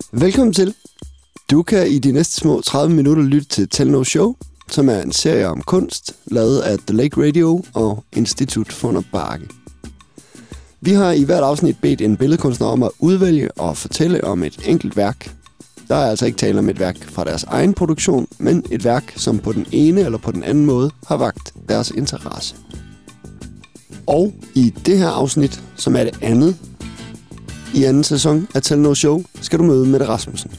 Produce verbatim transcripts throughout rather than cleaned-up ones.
Velkommen til. Du kan i de næste små tredive minutter lytte til Tell No Show, som er en serie om kunst, lavet af The Lake Radio og Institut Funder Bakke. Vi har i hvert afsnit bedt en billedkunstner om at udvælge og fortælle om et enkelt værk. Der er altså ikke tale om et værk fra deres egen produktion, men et værk, som på den ene eller på den anden måde har vakt deres interesse. Og i det her afsnit, som er det andet i anden sæson af Tell No Show, skal du møde Mette Rasmussen.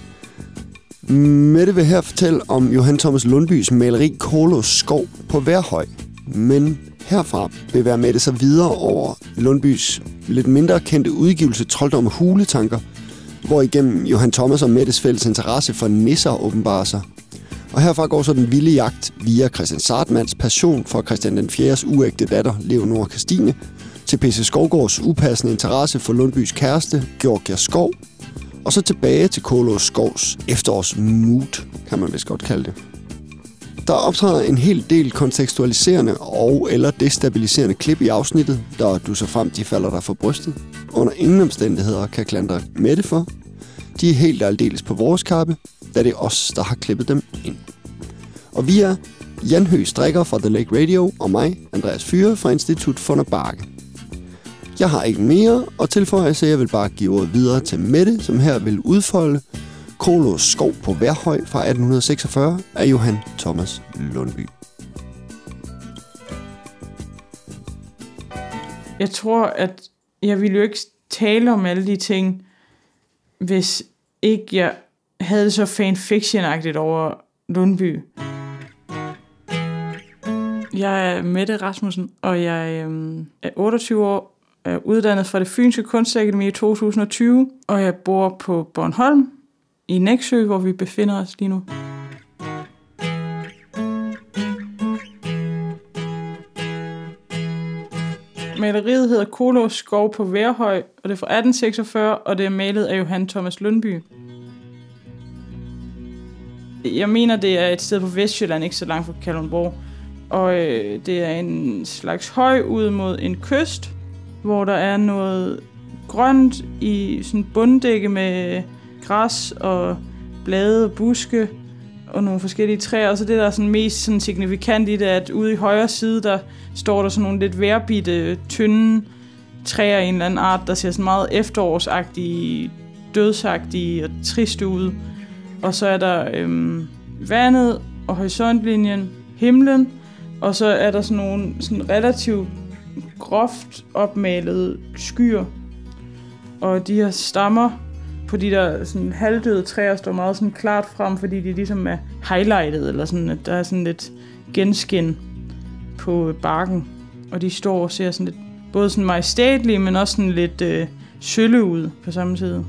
Mette vil her fortælle om Johan Thomas Lundbyes maleri Kolos skov på Værhøj. Men herfra bevæger Mette sig videre over Lundbyes lidt mindre kendte udgivelse Trolddom og Huletanker, hvor igennem Johan Thomas og Mettes fælles interesse for nisser åbenbarer sig. Og herfra går så den vilde jagt via Christian Sartmans passion for Christian den fjerdes uægte datter, Leonora Christine, til P C Skovgaards upassende interesse for Lundbyes kæreste, Georgia Skov, og så tilbage til Kolos skovs efterårsmood, kan man vist godt kalde det. Der optræder en hel del kontekstualiserende og eller destabiliserende klip i afsnittet, der du så frem de falder dig for brystet. Under ingen omstændigheder kan klandre Mette for. De er helt aldeles på vores kappe, da det er os, der har klippet dem ind. Og vi er Jan Høgh Strikker fra The Lake Radio og mig, Andreas Fyre fra Institut Funder Bakke. Jeg har ikke mere at tilføje, så jeg vil bare give ordet videre til Mette, som her vil udfolde Kolos skov på Værhøj fra atten seksogfyrre af Johan Thomas Lundby. Jeg tror, at jeg ville jo ikke tale om alle de ting, hvis ikke jeg havde det så fanfiction-agtigt over Lundby. Jeg er Mette Rasmussen, og jeg øhm, er otteogtyve år, er uddannet fra det Fynske Kunstakademi i to tusind og tyve, og jeg bor på Bornholm i Nexø, hvor vi befinder os lige nu. Maleriet hedder Kolos skov på Værhøj, og det er fra atten seksogfyrre, og det er malet af Johan Thomas Lundby. Jeg mener, det er et sted på Vestjylland, ikke så langt fra Kalundborg. Og øh, det er en slags høj ud mod en kyst, hvor der er noget grønt i sådan bunddække med græs og blade og buske og nogle forskellige træer. Og så det, der er sådan mest sådan signifikant i det, at ude i højre side, der står der sådan nogle lidt vejrbitte, tynde træer af en eller anden art, der ser sådan meget efterårsagtige, dødsagtige og triste ud. Og så er der øhm, vandet og horisontlinjen, himlen, og så er der sådan nogle sådan relativt groft opmalede skyer. Og de her stammer på de der sådan halvdøde træer står meget sådan klart frem, fordi de ligesom er highlightet, eller sådan, at der er sådan lidt genskin på barken. Og de står og ser sådan lidt, både sådan majestætlige, men også sådan lidt øh, sølle ud på samme tid.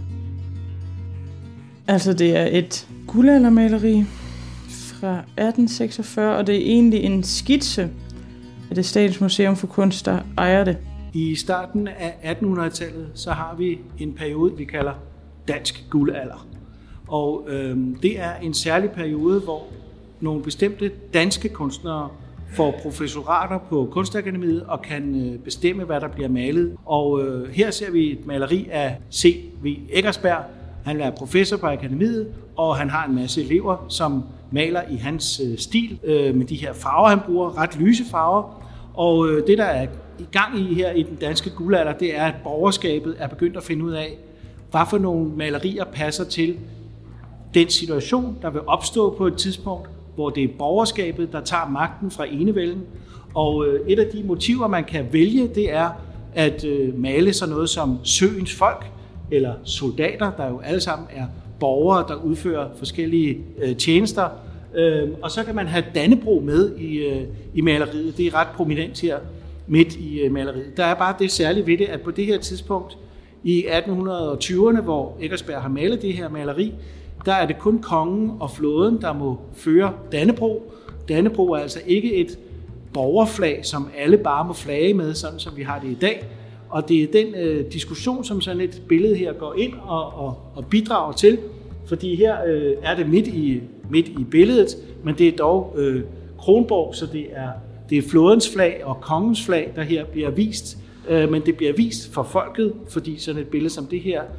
Altså det er et guldaldermaleri fra atten seksogfyrre, og det er egentlig en skitse af det Statens Museum for Kunst, der ejer det. I starten af attenhundredetallet, så har vi en periode, vi kalder dansk guldalder. Og øh, det er en særlig periode, hvor nogle bestemte danske kunstnere får professorater på Kunstakademiet og kan øh, bestemme, hvad der bliver malet. Og øh, her ser vi et maleri af C V Eckersberg. Han er professor på akademiet, og han har en masse elever, som maler i hans øh, stil øh, med de her farver, han bruger, ret lyse farver. Og øh, det, der er i gang i her i den danske guldalder, det er, at borgerskabet er begyndt at finde ud af, hvad for nogle malerier passer til den situation, der vil opstå på et tidspunkt, hvor det er borgerskabet, der tager magten fra enevælden. Og øh, et af de motiver, man kan vælge, det er at øh, male sådan noget som søens folk, eller soldater, der jo alle sammen er borgere, der udfører forskellige øh, tjenester. Øh, og så kan man have Dannebrog med i, øh, i maleriet. Det er ret prominent her midt i øh, maleriet. Der er bare det særlige ved det, at på det her tidspunkt i atten tyverne, hvor Eckersberg har malet det her maleri, der er det kun kongen og flåden, der må føre Dannebrog. Dannebrog er altså ikke et borgerflag, som alle bare må flage med, sådan som vi har det i dag. Og det er den øh, diskussion, som sådan et billede her går ind og, og, og bidrager til, fordi her øh, er det midt i, midt i billedet, men det er dog øh, Kronborg, så det er, det er flådens flag og kongens flag, der her bliver vist, øh, men det bliver vist for folket, fordi sådan et billede som det her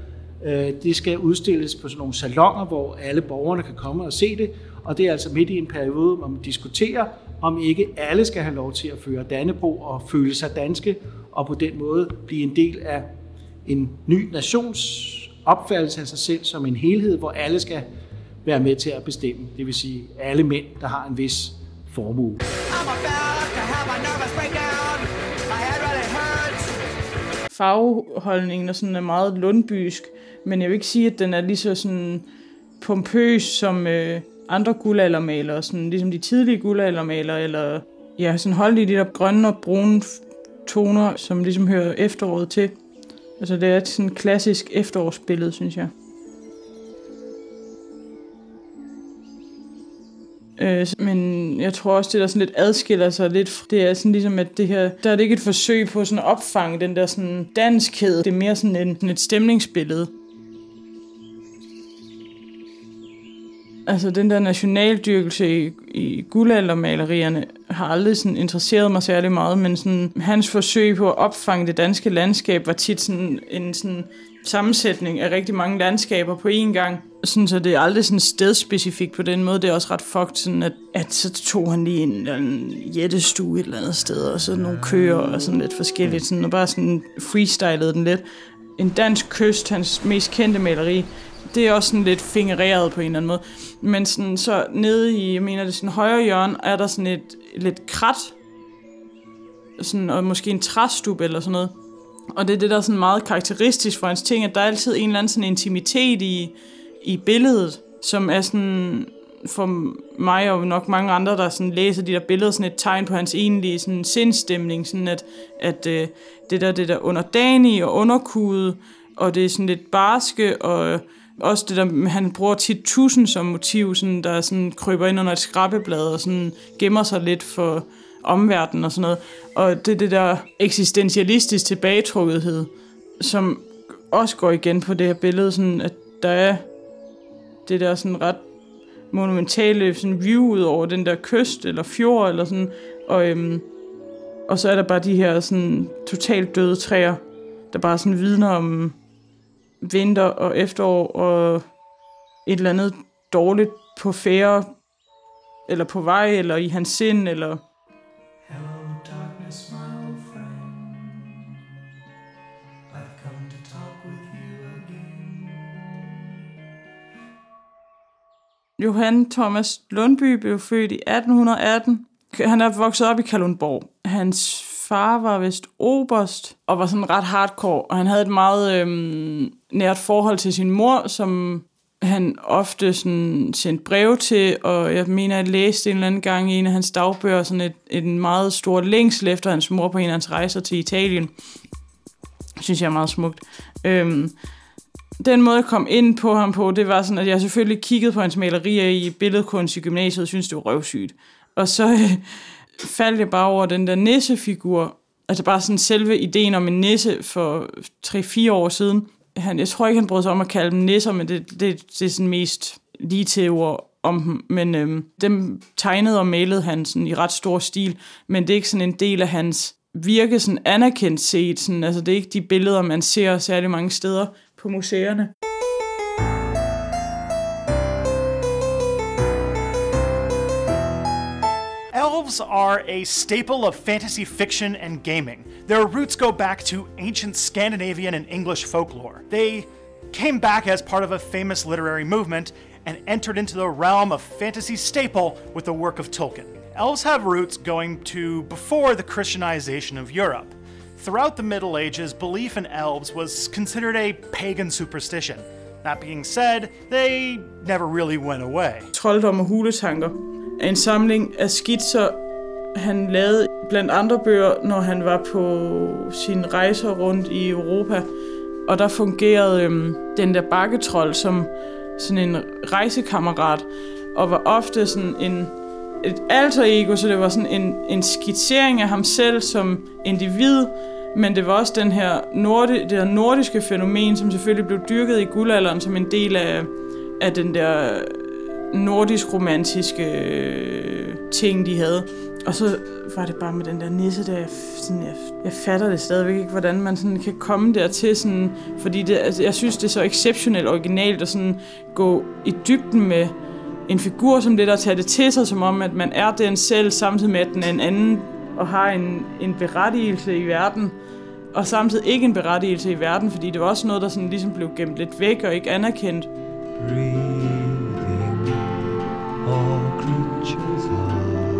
Det skal udstilles på sådan nogle salonger, hvor alle borgerne kan komme og se det, og det er altså midt i en periode, hvor man diskuterer, om ikke alle skal have lov til at føre Dannebrog og føle sig danske, og på den måde blive en del af en ny nations opfattelse af sig selv som en helhed, hvor alle skal være med til at bestemme. Det vil sige alle mænd, der har en vis formue. Farveholdningen er sådan er meget lundbysk, men jeg vil ikke sige, at den er lige så sådan pompøs som øh, andre guldaldermalere, sådan ligesom de tidlige guldaldermalere, eller ja, sådan holdt i de der grønne og brune toner, som ligesom hører efteråret til. Altså det er et sådan klassisk efterårsbillede, synes jeg. Øh, men jeg tror også, det der sådan lidt adskiller sig lidt, det er sådan ligesom, at det her, der er det ikke et forsøg på sådan at opfange den der sådan danskhed. Det er mere sådan, en, sådan et stemningsbillede. Altså den der nationaldyrkelse i, i guldaldermalerierne har aldrig sådan interesseret mig særlig meget, men sådan, hans forsøg på at opfange det danske landskab var tit sådan en sådan sammensætning af rigtig mange landskaber på én gang. Sådan, så det er aldrig sådan stedspecifikt på den måde. Det er også ret fucked, sådan at, at så tog han lige en, en jættestue et eller andet sted, og så nogle køer og sådan lidt forskelligt, sådan, og bare sådan freestylede den lidt. En dansk kyst, hans mest kendte maleri, det er også sådan lidt fingereret på en eller anden måde. Men sådan, så nede i, jeg mener det sådan højre hjørne, er der sådan et lidt krat, sådan, og måske en træstub eller sådan noget. Og det er det, der er sådan meget karakteristisk for hans ting, at der er altid en eller anden sådan intimitet i, i billedet, som er sådan, for mig og nok mange andre, der sådan læser de der billeder, sådan et tegn på hans egentlige sådan sindstemning, sådan at, at øh, det der, det der underdanige og underkude, og det er sådan lidt barske, og også det der, han bruger tit tusind som motiv, sådan, der sådan kryber ind under et skrabbeblad og sådan gemmer sig lidt for omverdenen og sådan noget. Og det er det der eksistentialistisk tilbagetrukkethed, som også går igen på det her billede, sådan at der er det der sådan ret monumentale sådan view ud over den der kyst eller fjord eller sådan, og, øhm, og så er der bare de her sådan totalt døde træer, der bare sådan vidner om vinter og efterår og et eller andet dårligt på færre, eller på vej, eller i hans sind, eller... Hello darkness, my old friend. I've come to talk with you again. Johan Thomas Lundby blev født i atten atten. Han er vokset op i Kalundborg. Hans far var vist oberst og var sådan ret hardcore, og han havde et meget øhm, nært forhold til sin mor, som han ofte sådan sendte breve til, og jeg mener, jeg læste en eller anden gang i en af hans dagbøger sådan et, en meget stor længsel efter hans mor på en af hans rejser til Italien. Det synes jeg er meget smukt. Øhm, den måde, jeg kom ind på ham på, det var sådan, at jeg selvfølgelig kiggede på hans malerier i billedkunst i gymnasiet og syntes, det var røvsygt. Og så øh, faldt jeg bare over den der nissefigur, altså bare sådan selve ideen om en nisse for tre fire år siden. Han, jeg tror ikke, han brød sig om at kalde dem nisser, men det, det, det er sådan mest lige til ord om dem. Men øhm, dem tegnede og malede han sådan i ret stor stil, men det er ikke sådan en del af hans virke sådan anerkendt set. Sådan, altså det er ikke de billeder, man ser særlig mange steder på museerne. Elves are a staple of fantasy fiction and gaming. Their roots go back to ancient Scandinavian and English folklore. They came back as part of a famous literary movement and entered into the realm of fantasy staple with the work of Tolkien. Elves have roots going to before the Christianization of Europe. Throughout the Middle Ages, belief in elves was considered a pagan superstition. That being said, they never really went away. Trolddom og huletanker er en samling af skitser, han lavede blandt andre bøger, når han var på sine rejser rundt i Europa. Og der fungerede øhm, den der bakketrold som sådan en rejsekammerat, og var ofte sådan en, et alter ego, så det var sådan en, en skitsering af ham selv som individ, men det var også den her nordi, det her nordiske fænomen, som selvfølgelig blev dyrket i guldalderen som en del af, af den der nordisk romantiske øh, ting, de havde. Og så var det bare med den der nisse, der jeg, sådan, jeg, jeg fatter det stadigvæk ikke, hvordan man sådan kan komme dertil, sådan, fordi det, altså, jeg synes, det er så exceptionelt originalt at sådan gå i dybden med en figur som det, der tager det til sig, som om, at man er den selv, samtidig med, at den er en anden, og har en, en berettigelse i verden, og samtidig ikke en berettigelse i verden, fordi det var også noget, der sådan ligesom blev gemt lidt væk og ikke anerkendt. Breathing, all creatures are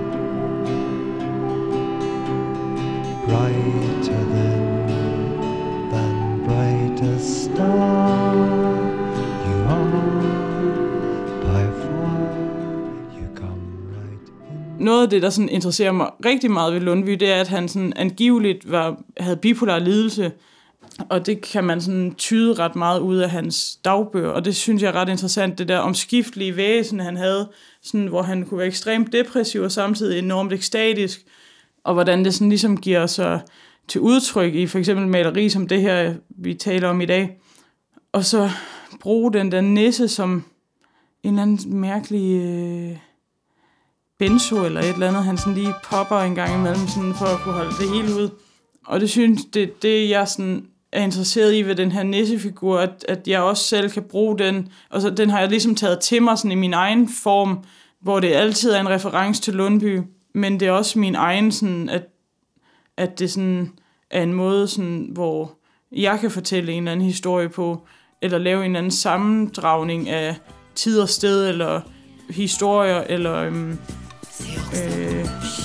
brighter than, than brightest star. You are by far, you come right in. Noget af det, der sådan interesserer mig rigtig meget ved Lundbye, det er, at han sådan angiveligt var, havde bipolar lidelse, og det kan man sådan tyde ret meget ud af hans dagbøger, og det synes jeg er ret interessant, det der omskiftelige væsen, han havde, sådan, hvor han kunne være ekstremt depressiv og samtidig enormt ekstatisk, og hvordan det sådan ligesom giver sig til udtryk i for eksempel maleri som det her, vi taler om i dag. Og så bruge den der nisse som en eller anden mærkelig øh, benzo eller et eller andet, han sådan lige popper en gang imellem sådan for at kunne holde det hele ud. Og det synes det, det jeg sådan er interesseret i ved den her nissefigur, at, at jeg også selv kan bruge den, og så den har jeg ligesom taget til mig sådan i min egen form, hvor det altid er en reference til Lundbye, men det er også min egen sådan, at, at det sådan er en måde, sådan, hvor jeg kan fortælle en eller anden historie på, eller lave en eller anden sammendragning af tid og sted, eller historier, eller øhm, øh,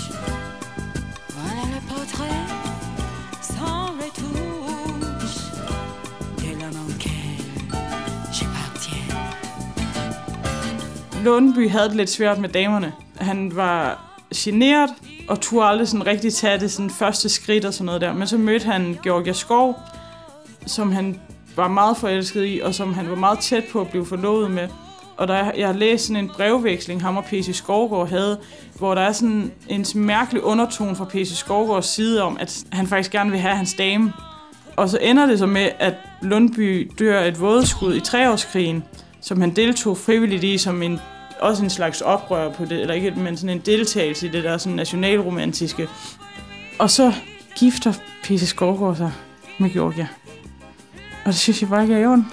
Lundbye havde det lidt svært med damerne. Han var generet og turde aldrig sådan rigtig tage det sådan første skridt og sådan noget der. Men så mødte han Georgia Skov, som han var meget forelsket i, og som han var meget tæt på at blive forlovet med. Og der, jeg har læst sådan en brevveksling, ham og P C Skovgaard havde, hvor der er sådan en mærkelig undertone fra P C Skovgaards side om, at han faktisk gerne vil have hans dame. Og så ender det så med, at Lundbye dør et vådeskud i treårskrigen, som han deltog frivilligt i som en også en slags oprør på det, eller ikke, men sådan en deltagelse i det der sådan nationalromantiske. Og så gifter P C Skovgaard sig med Georgia. Og det synes jeg bare ikke er i orden.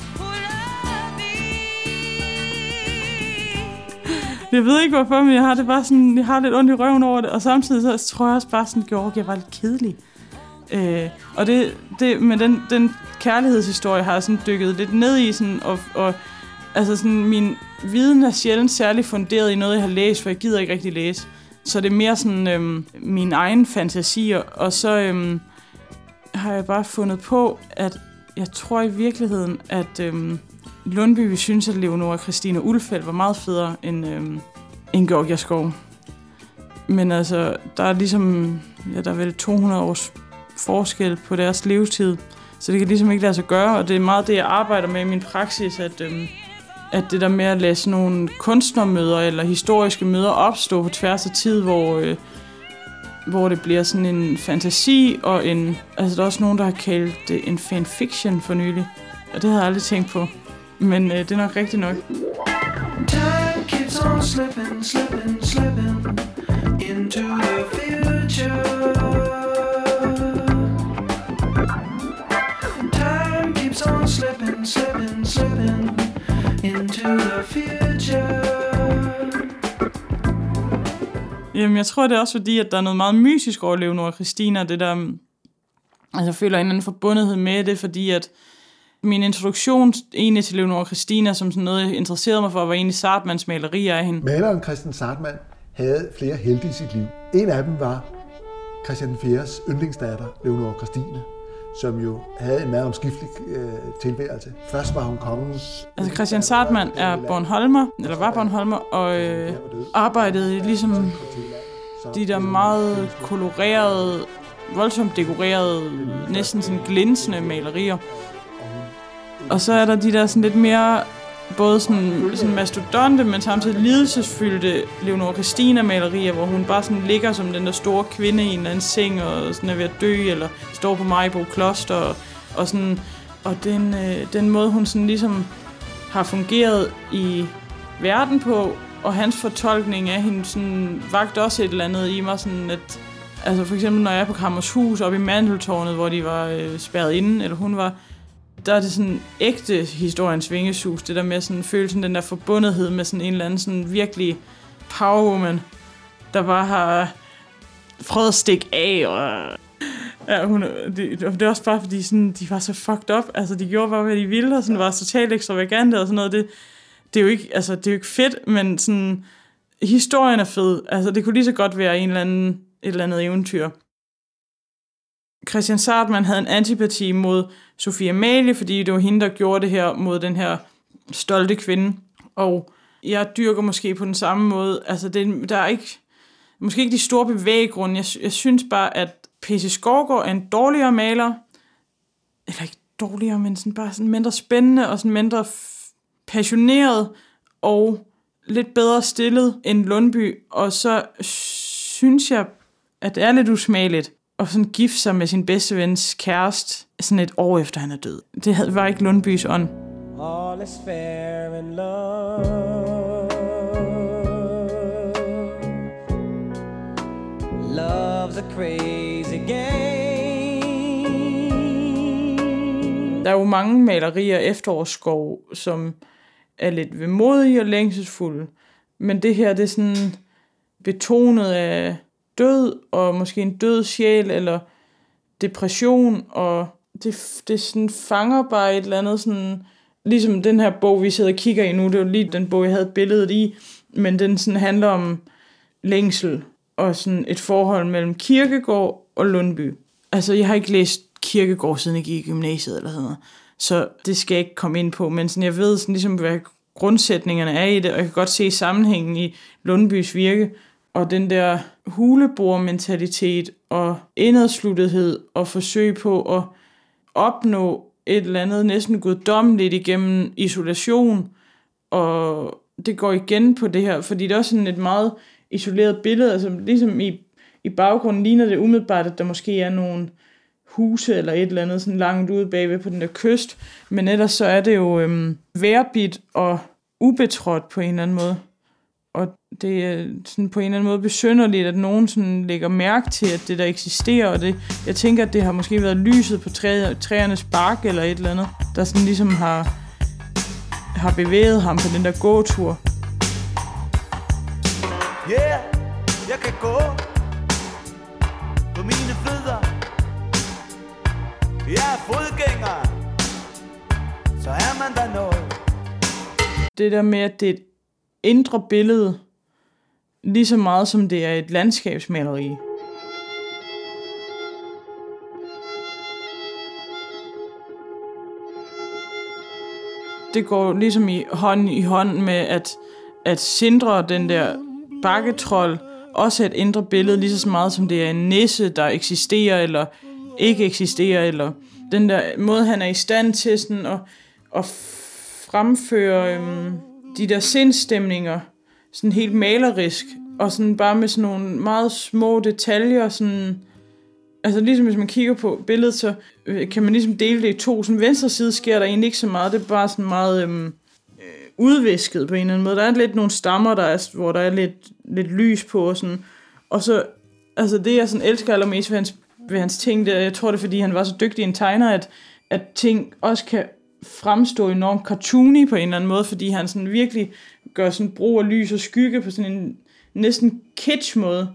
Jeg ved ikke hvorfor, men jeg har det bare sådan, jeg har lidt ondt i røven over det, og samtidig så tror jeg også bare sådan, at Georgia var lidt kedelig. Øh, og det, det, men den, den kærlighedshistorie har jeg sådan dykket lidt ned i, sådan, og, og altså sådan, min viden er sjældent særlig funderet i noget, jeg har læst, for jeg gider ikke rigtig læse. Så det er mere sådan øhm, mine egne fantasier, og så øhm, har jeg bare fundet på, at jeg tror i virkeligheden, at øhm, Lundbye vi synes, at Leonora Christina Ulfeldt var meget federe end, øhm, end Georgia Skov. Men altså, der er ligesom, ja, der er vel to hundrede års forskel på deres levetid, så det kan ligesom ikke lade sig gøre, og det er meget det, jeg arbejder med i min praksis, at, øhm, at det der med at lade sådan nogle kunstnermøder eller historiske møder opstå på tværs af tid, hvor, øh, hvor det bliver sådan en fantasi, og en, altså der er også nogen, der har kaldt det en fanfiction for nylig, og det havde jeg aldrig tænkt på, men øh, det er nok rigtigt nok. Time keeps on slipping, slipping, slipping into the future. Time keeps on slipping, slipping, slipping into the future. Jamen, jeg tror, det er også fordi, at der er noget meget mysisk over Leonora Christina, det der, altså jeg føler en eller anden forbundethed med det, fordi at min introduktion egentlig til Leonora Christina, som sådan noget, jeg interesserede mig for, var egentlig Zahrtmanns malerier af hende. Maleren Christian Zahrtmann havde flere helte i sit liv. En af dem var Christian den fjerdes yndlingsdatter, Leonora Christina, som jo havde en meget omskiftelig øh, tilværelse. Først var hun kongens... Altså Christian Zahrtmann er Bornholmer, eller var Bornholmer, og øh, arbejdede ligesom de der meget kolorerede, voldsomt dekorerede, næsten sådan glinsende malerier. Og så er der de der sådan lidt mere, både sådan, sådan mastodonte, men samtidig lidelsesfyldte Leonora Christina-malerier, hvor hun bare sådan ligger som den der store kvinde i en eller anden seng, og sådan er ved at dø, eller står på Maribo Kloster, og, og sådan, og den, øh, den måde, hun sådan ligesom har fungeret i verden på, Og hans fortolkning af hende sådan, vagte også et eller andet i mig, sådan at, altså for eksempel når jeg er på Kammershus oppe i Mandeltårnet, hvor de var øh, spærret inde, eller hun var, der er det sådan ægte historiens vingesus, det der med sådan følelsen, den der forbundethed med sådan en eller anden sådan virkelig powerwoman, der bare har prøvet at stikke af, og ja, hun, det, det er også bare fordi sådan, de var så fucked up, altså de gjorde bare hvad de ville, og sådan var totalt ekstravagante og sådan noget, det, det er jo ikke, altså det er jo ikke fedt, men sådan historien er fed, altså det kunne lige så godt være en eller anden, et eller andet eventyr. Christian Sartmann havde en antipati mod Sophie Amalie, fordi det var hende, der gjorde det her mod den her stolte kvinde. Og jeg dyrker måske på den samme måde. Altså, det, der er ikke, måske ikke de store bevæggrunde. Jeg, jeg synes bare, at P C Skovgaard er en dårligere maler. Eller ikke dårligere, men sådan bare sådan mindre spændende og sådan mindre f- passioneret og lidt bedre stillet end Lundbye. Og så synes jeg, at det er lidt usmageligt og sådan gifte sig med sin bedste vens kæreste sådan et år efter han er død. Det var ikke Lundbyes ånd. All is fair in love. Love's a crazy game. Der er jo mange malerier af efterårsskov, som er lidt vemodige og længselsfulde. Men det her, det er sådan betonet af død, og måske en død sjæl, eller depression, og det, det sådan fanger bare et eller andet sådan, ligesom den her bog, vi sidder og kigger i nu, det var lige den bog, jeg havde billedet i, men den sådan handler om længsel, og sådan et forhold mellem Kierkegaard og Lundbye. Altså, jeg har ikke læst Kierkegaard, siden jeg gik i gymnasiet, eller sådan noget, så det skal jeg ikke komme ind på, men sådan, jeg ved sådan, ligesom, hvad grundsætningerne er i det, og jeg kan godt se sammenhængen i Lundbyes virke, og den der huleboermentalitet og indersluttethed og forsøg på at opnå et eller andet næsten guddommeligt igennem isolation. Og det går igen på det her, fordi det er også sådan et meget isoleret billede. Altså ligesom i, i baggrunden ligner det umiddelbart, at der måske er nogle huse eller et eller andet sådan langt ude bagved på den der kyst. Men ellers så er det jo øhm, vejrbidt og ubetrådt på en eller anden måde. Og det er sådan på en eller anden måde besynderligt, at nogen sådan lægger mærke til, at det der eksisterer. Og det, jeg tænker, at det har måske været lyset på træ, træernes bark eller et eller andet, der sådan ligesom har, har bevæget ham på den der gåtur. Yeah, jeg kan gå på mine fødder. Jeg er fodgænger, så er man der noget. Det der med, at det er et indre billede, lige så meget som det er et landskabsmaleri. Det går ligesom i hånd i hånd med, at, at Sindre, den der bakketrold, også er et indre billede, lige så meget som det er en nisse, der eksisterer eller ikke eksisterer, eller den der måde, han er i stand til sådan at, at fremføre øhm, de der sindstemninger, sådan helt malerisk, og sådan bare med sådan nogle meget små detaljer, sådan, altså ligesom hvis man kigger på billedet, så kan man ligesom dele det i to. Sådan venstre side sker der egentlig ikke så meget, det er bare sådan meget øhm, udvisket på en eller anden måde. Der er lidt nogle stammer, der er, hvor der er lidt, lidt lys på, og sådan, og så, altså det jeg sådan elsker allermest ved hans, ved hans ting, det, jeg tror det er, fordi han var så dygtig en tegner, at, at ting også kan fremstå enormt cartoony på en eller anden måde, fordi han sådan virkelig gør sådan brug af lys og skygge på sådan en næsten kitsch måde.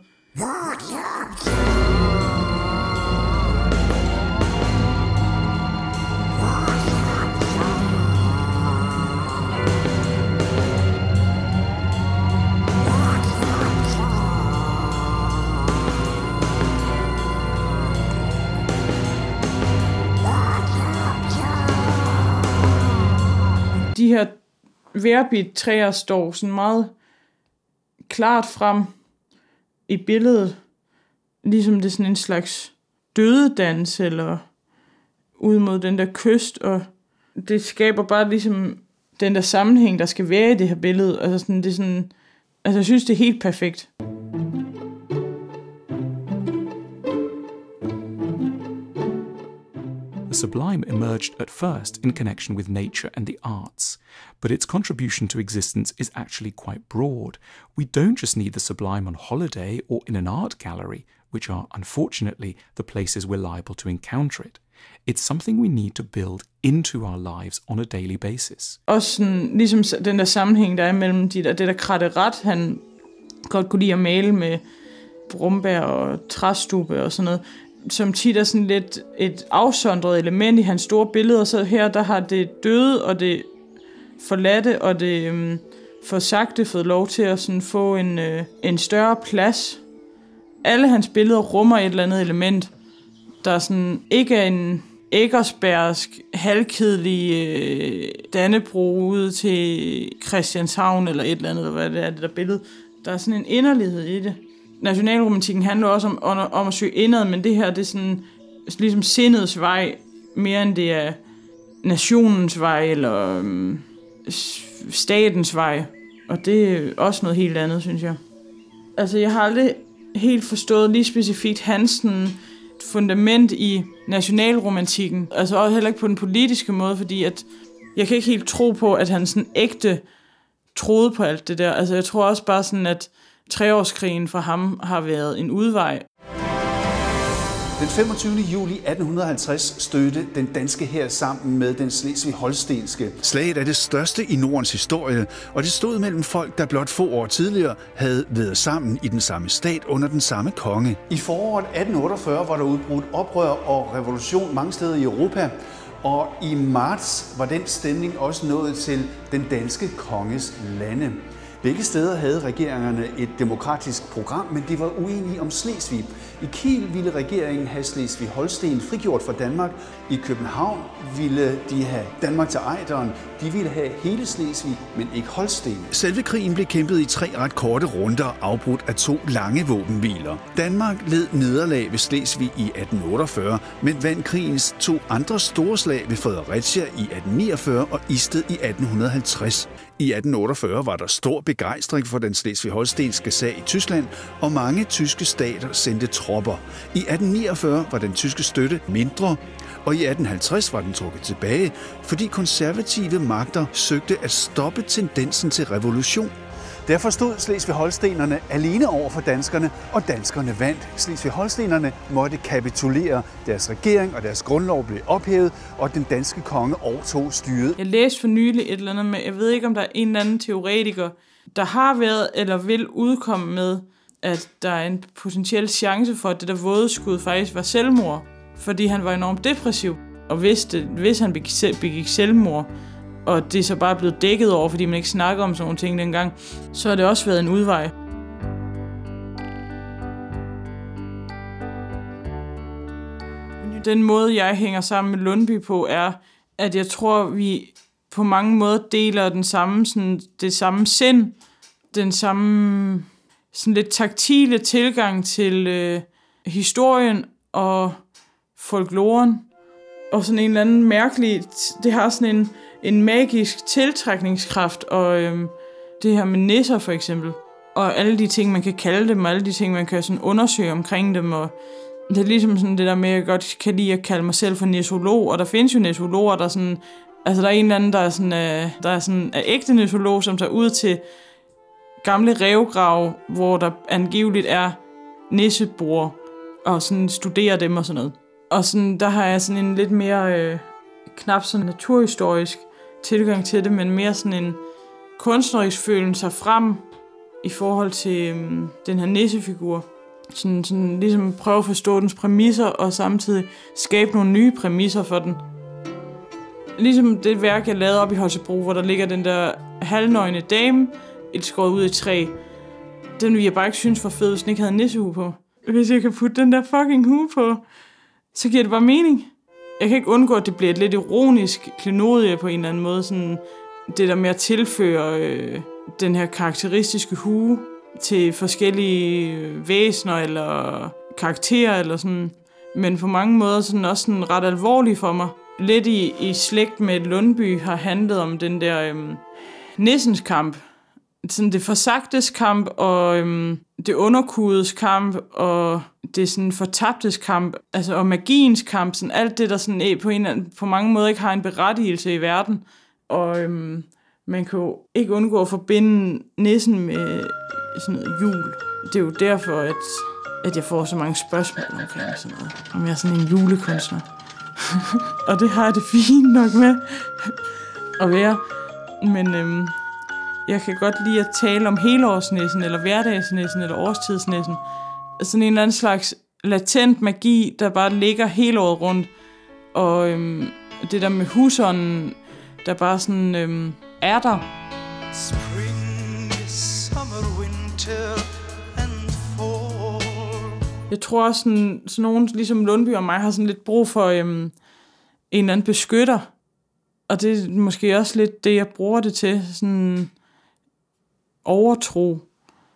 De her vejrbidt træer står sådan meget klart frem i billedet, ligesom det er sådan en slags dødedans, eller ud mod den der kyst, og det skaber bare ligesom den der sammenhæng, der skal være i det her billede. Altså, sådan, det er sådan, altså jeg synes, det er helt perfekt. The sublime emerged at first in connection with nature and the arts, but its contribution to existence is actually quite broad. We don't just need the sublime on holiday or in an art gallery, which are unfortunately the places we're liable to encounter it. It's something we need to build into our lives on a daily basis. Også sådan, ligesom den der sammenhæng, der er mellem de der, det der kratteret, han godt kunne lide at male med brumbær og træstube og sådan noget, som tit er sådan lidt et afsondret element i hans store billeder. Så her, der har det døde og det forladte og det øhm, forsagte fået lov til at sådan få en, øh, en større plads. Alle hans billeder rummer et eller andet element, der sådan ikke er en æggersbærsk, halvkedelig øh, Dannebro ude til Christianshavn eller et eller andet, eller hvad det er, det der billede. Der er sådan en inderlighed i det. Nationalromantikken handler også om, om, om at søge indad, men det her, det er sådan ligesom sindets vej, mere end det er nationens vej eller øhm, statens vej. Og det er også noget helt andet, synes jeg. Altså, jeg har aldrig helt forstået lige specifikt hans sådan, fundament i nationalromantikken. Altså også heller ikke på den politiske måde, fordi at jeg kan ikke helt tro på, at han sådan ægte troede på alt det der. Altså, jeg tror også bare sådan, at treårskrigen for ham har været en udvej. Den femogtyvende juli atten halvtreds stødte den danske hær sammen med den slesvig-holstenske. Slaget er det største i Nordens historie, og det stod mellem folk, der blot få år tidligere havde været sammen i den samme stat under den samme konge. I foråret atten otteogfyrre var der udbrudt oprør og revolution mange steder i Europa, og i marts var den stemning også nået til den danske konges lande. Begge steder havde regeringerne et demokratisk program, men de var uenige om Slesvig. I Kiel ville regeringen have Slesvig-Holsten frigjort fra Danmark. I København ville de have Danmark til Ejderen. De ville have hele Slesvig, men ikke Holsten. Selve krigen blev kæmpet i tre ret korte runder, afbrudt af to lange våbenhviler. Danmark led nederlag ved Slesvig i atten otteogfyrre, men vandt krigens to andre store slag ved Fredericia i atten niogfyrre og Isted i atten halvtreds. I atten otteogfyrre var der stor begejstring for den slesvig-holstenske sag i Tyskland, og mange tyske stater sendte tropper. I atten niogfyrre var den tyske støtte mindre, og i atten halvtreds var den trukket tilbage, fordi konservative magter søgte at stoppe tendensen til revolution. Derfor stod slesvig-holstenerne alene over for danskerne, og danskerne vandt. Slesvig-holstenerne måtte kapitulere. Deres regering og deres grundlov blev ophævet, og den danske konge overtog styret. Jeg læste for nylig et eller andet med, jeg ved ikke, om der er en eller anden teoretiker, der har været eller vil udkomme med, at der er en potentiel chance for, at det der vådeskud faktisk var selvmord, fordi han var enormt depressiv. Og hvis, det, hvis han begik selvmord, og det er så bare blevet dækket over, fordi man ikke snakker om sådan nogle ting dengang, så har det også været en udvej. Den måde, jeg hænger sammen med Lundbye på, er, at jeg tror, vi på mange måder deler den samme, sådan, det samme sind, den samme sådan lidt taktile tilgang til øh, historien og folkloren, og sådan en eller anden mærkelig, det har sådan en en magisk tiltrækningskraft, og øhm, det her med nisser for eksempel, og alle de ting, man kan kalde dem, og alle de ting, man kan sådan undersøge omkring dem, og det er ligesom sådan det der med, at jeg godt kan lide at kalde mig selv for nesolog, og der findes jo nesologer, der sådan, altså der er en eller anden, der er sådan, øh, der er sådan er ægte nesolog, som tager ud til gamle rævegrave, hvor der angiveligt er nissebor, og sådan studerer dem og sådan noget. Og sådan, der har jeg sådan en lidt mere øh, knap sådan naturhistorisk tilgang til det, men mere sådan en kunstnerisk følelse sig frem i forhold til øhm, den her nissefigur. Sådan, sådan ligesom prøve at forstå dens præmisser, og samtidig skabe nogle nye præmisser for den. Ligesom det værk, jeg lavede op i Holstebro, hvor der ligger den der halvnøgne dame, et skåret ud i træ. Den ville jeg bare ikke synes var fed, hvis den ikke havde en nissehue på. Hvis jeg kan putte den der fucking hue på, så giver det bare mening. Jeg kan ikke undgå, at det bliver et lidt ironisk klenodie på en eller anden måde. Sådan det der med at tilføre øh, den her karakteristiske hue til forskellige væsener eller karakterer eller sådan. Men på mange måder sådan også sådan ret alvorlig for mig. Lidt i, i slægt med Lundbye har handlet om den der øh, nissens kamp. sådan det forsagtes kamp, og øhm, det underkudes kamp, og det sådan fortabtes kamp, altså og magiens kamp, sådan alt det, der sådan på, en, på mange måder ikke har en berettigelse i verden. Og øhm, man kan jo ikke undgå at forbinde nissen med sådan noget jul. Det er jo derfor, at, at jeg får så mange spørgsmål omkring sådan noget. Om jeg er sådan en julekunstner. Og det har jeg det fint nok med at være. Men øhm, jeg kan godt lide at tale om helårsnissen, eller hverdagsnissen, eller årstidsnissen. Sådan en eller anden slags latent magi, der bare ligger hele året rundt. Og øhm, det der med husånden, der bare sådan øhm, er der. Spring, summer, winter and fall. Jeg tror også, sådan, sådan nogen ligesom Lundby og mig har sådan lidt brug for øhm, en eller anden beskytter. Og det er måske også lidt det, jeg bruger det til. Sådan overtro,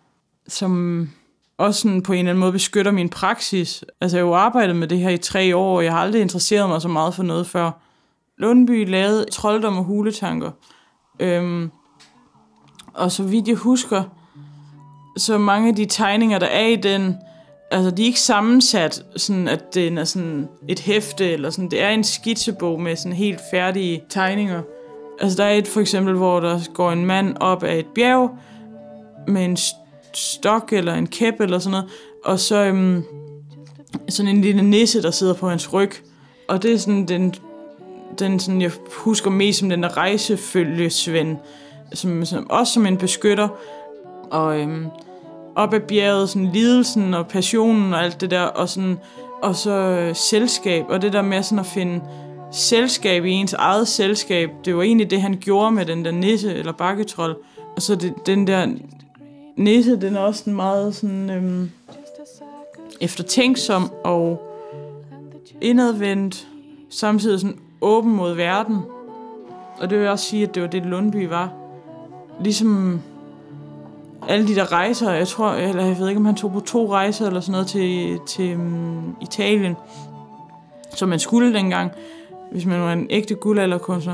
som også sådan på en eller anden måde beskytter min praksis. Altså jeg har jo arbejdet med det her i tre år, og jeg har aldrig interesseret mig så meget for noget før. Lundby lavede trolddom og huletanker. Øhm, og så vidt jeg husker, så mange af de tegninger, der er i den, altså de er ikke sammensat, sådan at den er sådan et hæfte, eller sådan. Det er en skitsebog med sådan helt færdige tegninger. Altså der er et for eksempel, hvor der går en mand op ad et bjerg, med en stok eller en kæp eller sådan noget, og så øhm, sådan en lille nisse, der sidder på hans ryg. Og det er sådan den, den sådan, jeg husker mest som den der rejsefølgesvend, som, som, også som en beskytter. Og øhm, op ad bjerget, sådan lidelsen og passionen og alt det der, og, sådan, og så øh, selskab, og det der med sådan at finde selskab i ens eget selskab, det var egentlig det, han gjorde med den der nisse eller bakketrold. Og så det, den der nisse, den er også sådan meget sådan, øhm, eftertænksom og indadvendt, samtidig sådan åben mod verden. Og det vil også sige, at det var det, Lundby var. Ligesom alle de der rejser, jeg tror, eller jeg ved ikke, om han tog på to rejser eller sådan noget til, til um, Italien, som man skulle dengang, hvis man var en ægte guldalderkunstner.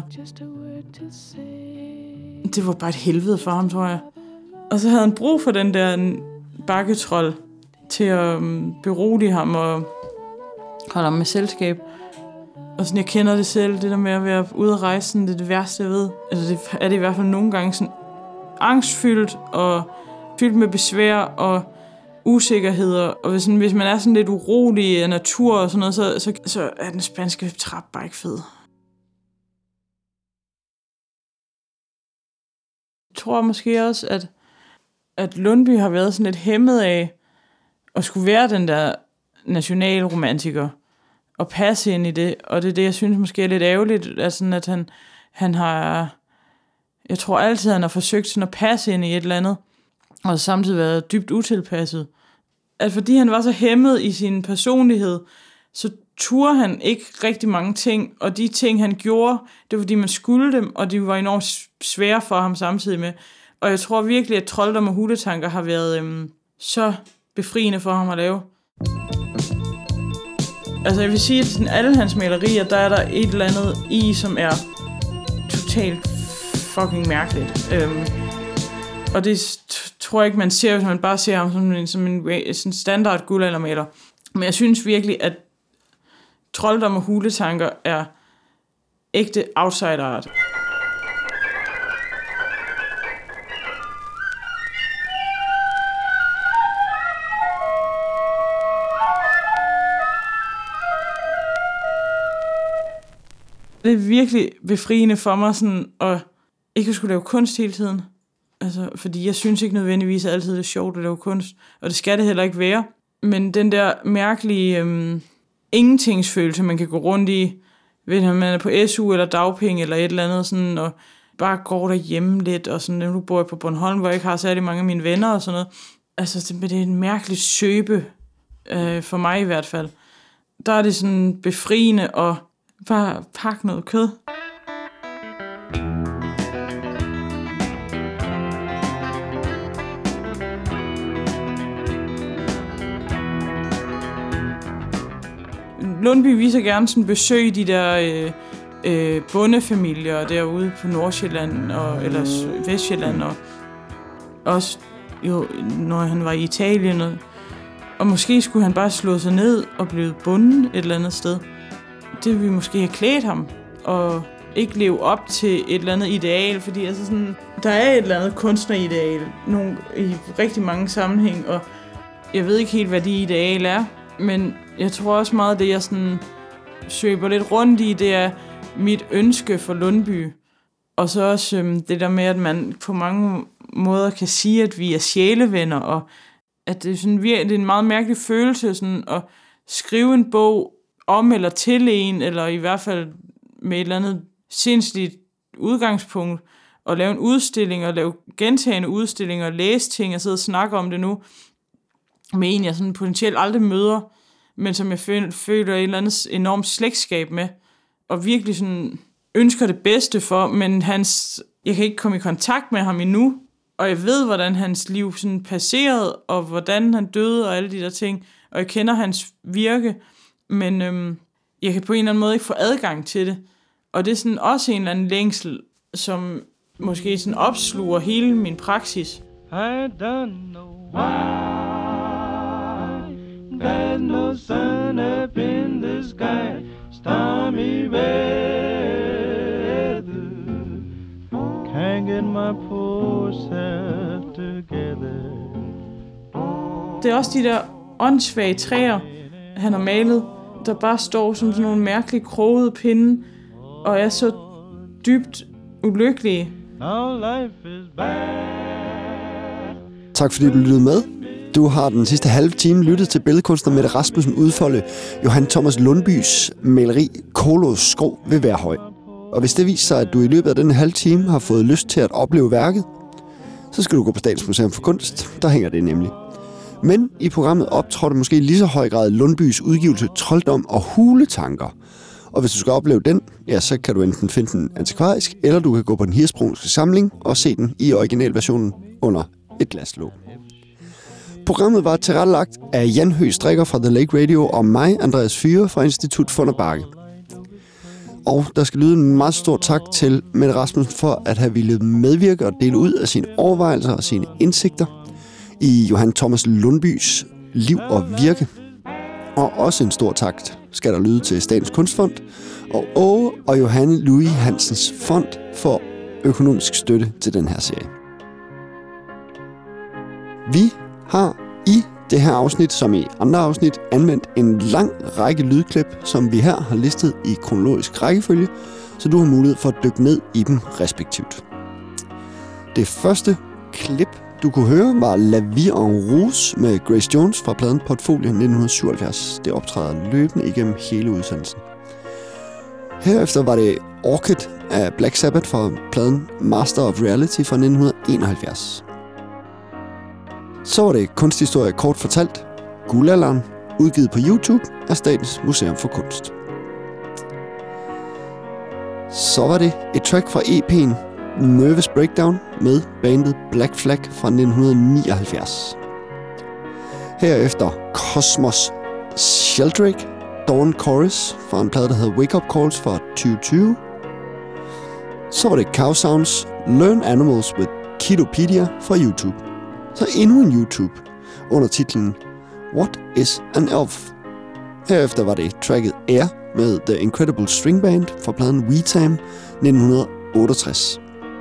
Det var bare et helvede for ham, tror jeg. Og så havde han brug for den der bakketrold til at um, berolige ham og holde ham med selskab. Og sådan, jeg kender det selv, det der med at være ude at rejse, sådan, det er det værste, jeg ved. Altså, det er det i hvert fald nogle gange sådan angstfyldt og fyldt med besvær og usikkerheder. Og hvis, sådan, hvis man er sådan lidt urolig af natur og sådan noget, så, så, så er den spanske trap bare ikke fed. Jeg tror måske også, at, at Lundby har været sådan lidt hæmmet af at skulle være den der nationalromantiker og passe ind i det. Og det er det, jeg synes måske er lidt ærgerligt, at, sådan, at han, han har... Jeg tror altid, han har forsøgt sådan at passe ind i et eller andet, og samtidig været dybt utilpasset. At fordi han var så hæmmet i sin personlighed, så turde han ikke rigtig mange ting, og de ting, han gjorde, det var fordi, man skulle dem, og de var enormt svære for ham samtidig med. Og jeg tror virkelig, at trolddom og huletanker har været øhm, så befriende for ham at lave. Altså jeg vil sige, at sådan alle hans malerier, der er der et eller andet i, som er totalt fucking mærkeligt. Øhm, og det t- tror jeg ikke, man ser, hvis man bare ser ham som en, som en sådan standard guldaldermaler. Men jeg synes virkelig, at trolddom og huletanker er ægte outside art. Det er virkelig befriende for mig sådan at ikke skulle lave kunst hele tiden. Altså, fordi jeg synes ikke nødvendigvis, at altid det er sjovt at lave kunst. Og det skal det heller ikke være. Men den der mærkelige øhm, ingentingsfølelse, man kan gå rundt i, ved at man er på S U eller dagpenge eller et eller andet, sådan, og bare går derhjemme lidt, og sådan, nu bor jeg på Bornholm, hvor jeg ikke har særlig mange af mine venner og sådan noget. Altså, det, det er en mærkelig søbe, øh, for mig i hvert fald. Der er det sådan befriende at bare pakke noget kød. Lundby viser gerne sådan besøg i de der øh, øh, bondefamilier derude på Nordsjælland og, eller Vestjylland og også jo, når han var i Italien. Og, og måske skulle han bare slå sig ned og blive bundet et eller andet sted. Det ville vi måske have klædt ham, og ikke leve op til et eller andet ideal, fordi altså sådan, der er et eller andet kunstnerideal nogle, i rigtig mange sammenhæng, og jeg ved ikke helt, hvad de ideal er, men jeg tror også meget, det jeg sådan søber lidt rundt i, det er mit ønske for Lundby. Og så også øhm, det der med, at man på mange måder kan sige, at vi er sjælevenner, og at det er, sådan, det er en meget mærkelig følelse sådan, at skrive en bog om eller til en, eller i hvert fald med et eller andet sindsligt udgangspunkt, og lave en udstilling, og lave gentagende udstillinger, og læse ting, og sidde og snakke om det nu, med en, jeg sådan potentielt aldrig møder, men som jeg føler et eller andet enormt slægtskab med, og virkelig sådan ønsker det bedste for, men hans, jeg kan ikke komme i kontakt med ham endnu, og jeg ved, hvordan hans liv sådan passerede, og hvordan han døde, og alle de der ting, og jeg kender hans virke, men øhm, jeg kan på en eller anden måde ikke få adgang til det, og det er sådan også en eller anden længsel, som måske sådan opsluger hele min praksis. I don't know why there's no sun up in the sky, stormy weather, can't get my poor self together. Det er også de der åndssvage træer, han har malet, der bare står som sådan nogle mærkelige krogede pinde, og er så dybt ulykkelige. Tak fordi du lyttede med. Du har den sidste halve time lyttet til billedkunstner Mette Rasmussen udfolde Johan Thomas Lundbys maleri Kolos skov ved Værhøj. Og hvis det viser sig, at du i løbet af den halve time har fået lyst til at opleve værket, så skal du gå på Statens Museum for Kunst. Der hænger det nemlig. Men i programmet optrådte måske lige så høj grad Lundbys udgivelse Trolddom og Huletanker. Og hvis du skal opleve den, ja, så kan du enten finde den antikvarisk, eller du kan gå på den Hirschsprungske samling og se den i originalversionen under et glaslåg. Programmet var tilrettelagt af Jan Høgh Strikker fra The Lake Radio og mig, Andreas Fyre fra Institut Fund og Bakke. Og der skal lyde en meget stor tak til Mette Rasmussen for at have ville medvirke og dele ud af sine overvejelser og sine indsigter i Johan Thomas Lundbys liv og virke. Og også en stor tak skal der lyde til Statens Kunstfond og Åge og Johanne Louis Hansens Fond for økonomisk støtte til den her serie. Vi har i det her afsnit, som i andre afsnit, anvendt en lang række lydklip, som vi her har listet i kronologisk rækkefølge, så du har mulighed for at dykke ned i dem respektivt. Det første klip, du kunne høre, var La Vie en Rose med Grace Jones fra pladen Portfolio nitten syvoghalvfjerds. Det optræder løbende igennem hele udsendelsen. Herefter var det Orchid af Black Sabbath fra pladen Master of Reality fra nitten enoghalvfjerds. Så var det kunsthistorie kort fortalt, Guldalderen, udgivet på YouTube af Statens Museum for Kunst. Så var det et track fra E P'en Nervous Breakdown med bandet Black Flag fra nitten nioghalvfjerds. Herefter Cosmos Sheldrake, Dawn Chorus fra en plade, der hedder Wake Up Calls fra tyve tyve. Så var det Cow Sounds Learn Animals with Ketopedia fra YouTube. Så endnu en YouTube under titlen What is an Elf? Herefter var det tracket Air med The Incredible String Band fra pladen We Tam nitten otteogtres.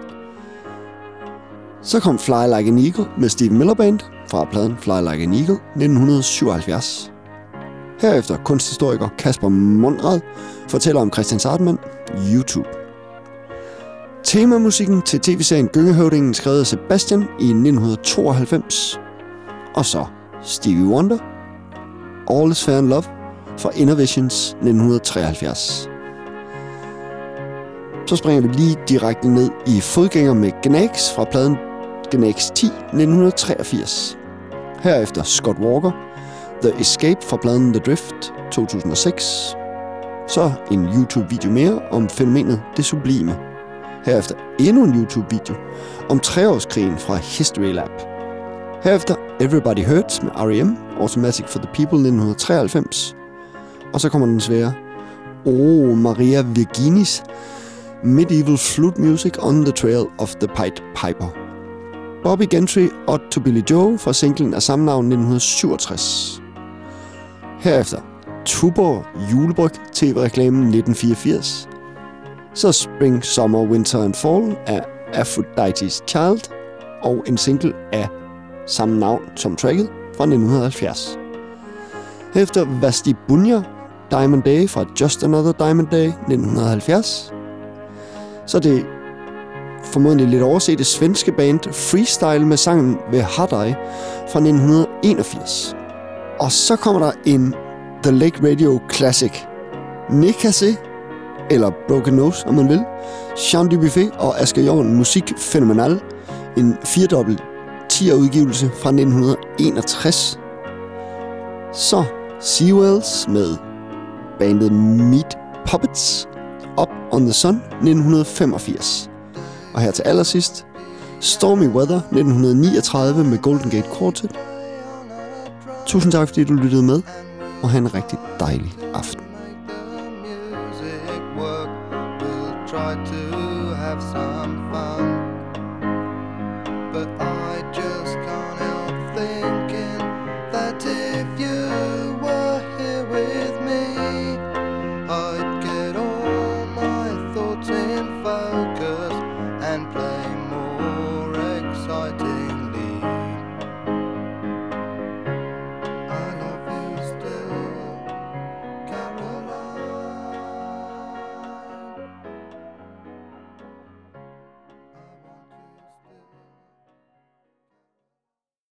Så kom Fly Like an Eagle med Stephen Miller Band fra pladen Fly Like an Eagle nitten syvoghalvfjerds. Herefter kunsthistoriker Kasper Monrad fortæller om Christian Sartmann, YouTube. Temamusikken til tv-serien Gyngehøvdingen skrevet af Sebastian i nitten tooghalvfems. Og så Stevie Wonder, All is Fair in Love fra Innovations nitten treoghalvfjerds. Så springer vi lige direkte ned i fodgænger med Gnags fra pladen Gnags ti nitten treogfirs. Herefter Scott Walker, The Escape fra pladen The Drift to tusind og seks. Så en YouTube-video mere om fænomenet Det Sublime. Herefter endnu en YouTube-video om treårskrigen fra History Lab. Herefter Everybody Hurts med R E M, Automatic for the People nitten treoghalvfems. Og så kommer den svære Oh Maria Virginis Medieval Flute Music on the Trail of the Pied Piper. Bobby Gentry og To Billy Joe fra singlen af samme navn nitten syvogtres. Herefter Tuborg Julebryg tv-reklamen nitten fireogfirs. Så Spring, Summer, Winter and Fall af Aphrodite's Child og en single af samme navn som tracket fra nitten halvfjerds. Herefter Vasti Bunya, Diamond Day fra Just Another Diamond Day nitten halvfjerds. Så det formodentlig lidt oversete svenske band Freestyle med sangen Ved Haddai fra nitten enogfirs. Og så kommer der en The Lake Radio Classic. Nekase, eller Broken Nose, om man vil. Jean Dubuffet og Asger Jorn Musik Fænomenal. En firedobbelt tier udgivelse fra nitten enogtres. Så Seawells med bandet Meat Puppets. Up on the Sun nitten femogfirs. Og her til allersidst Stormy Weather nitten niogtredive med Golden Gate Quartet. Tusind tak fordi du lyttede med, og have en rigtig dejlig aften. Try to have some fun, but I just can't help thinking that if you were here with me, I'd get all my thoughts in focus.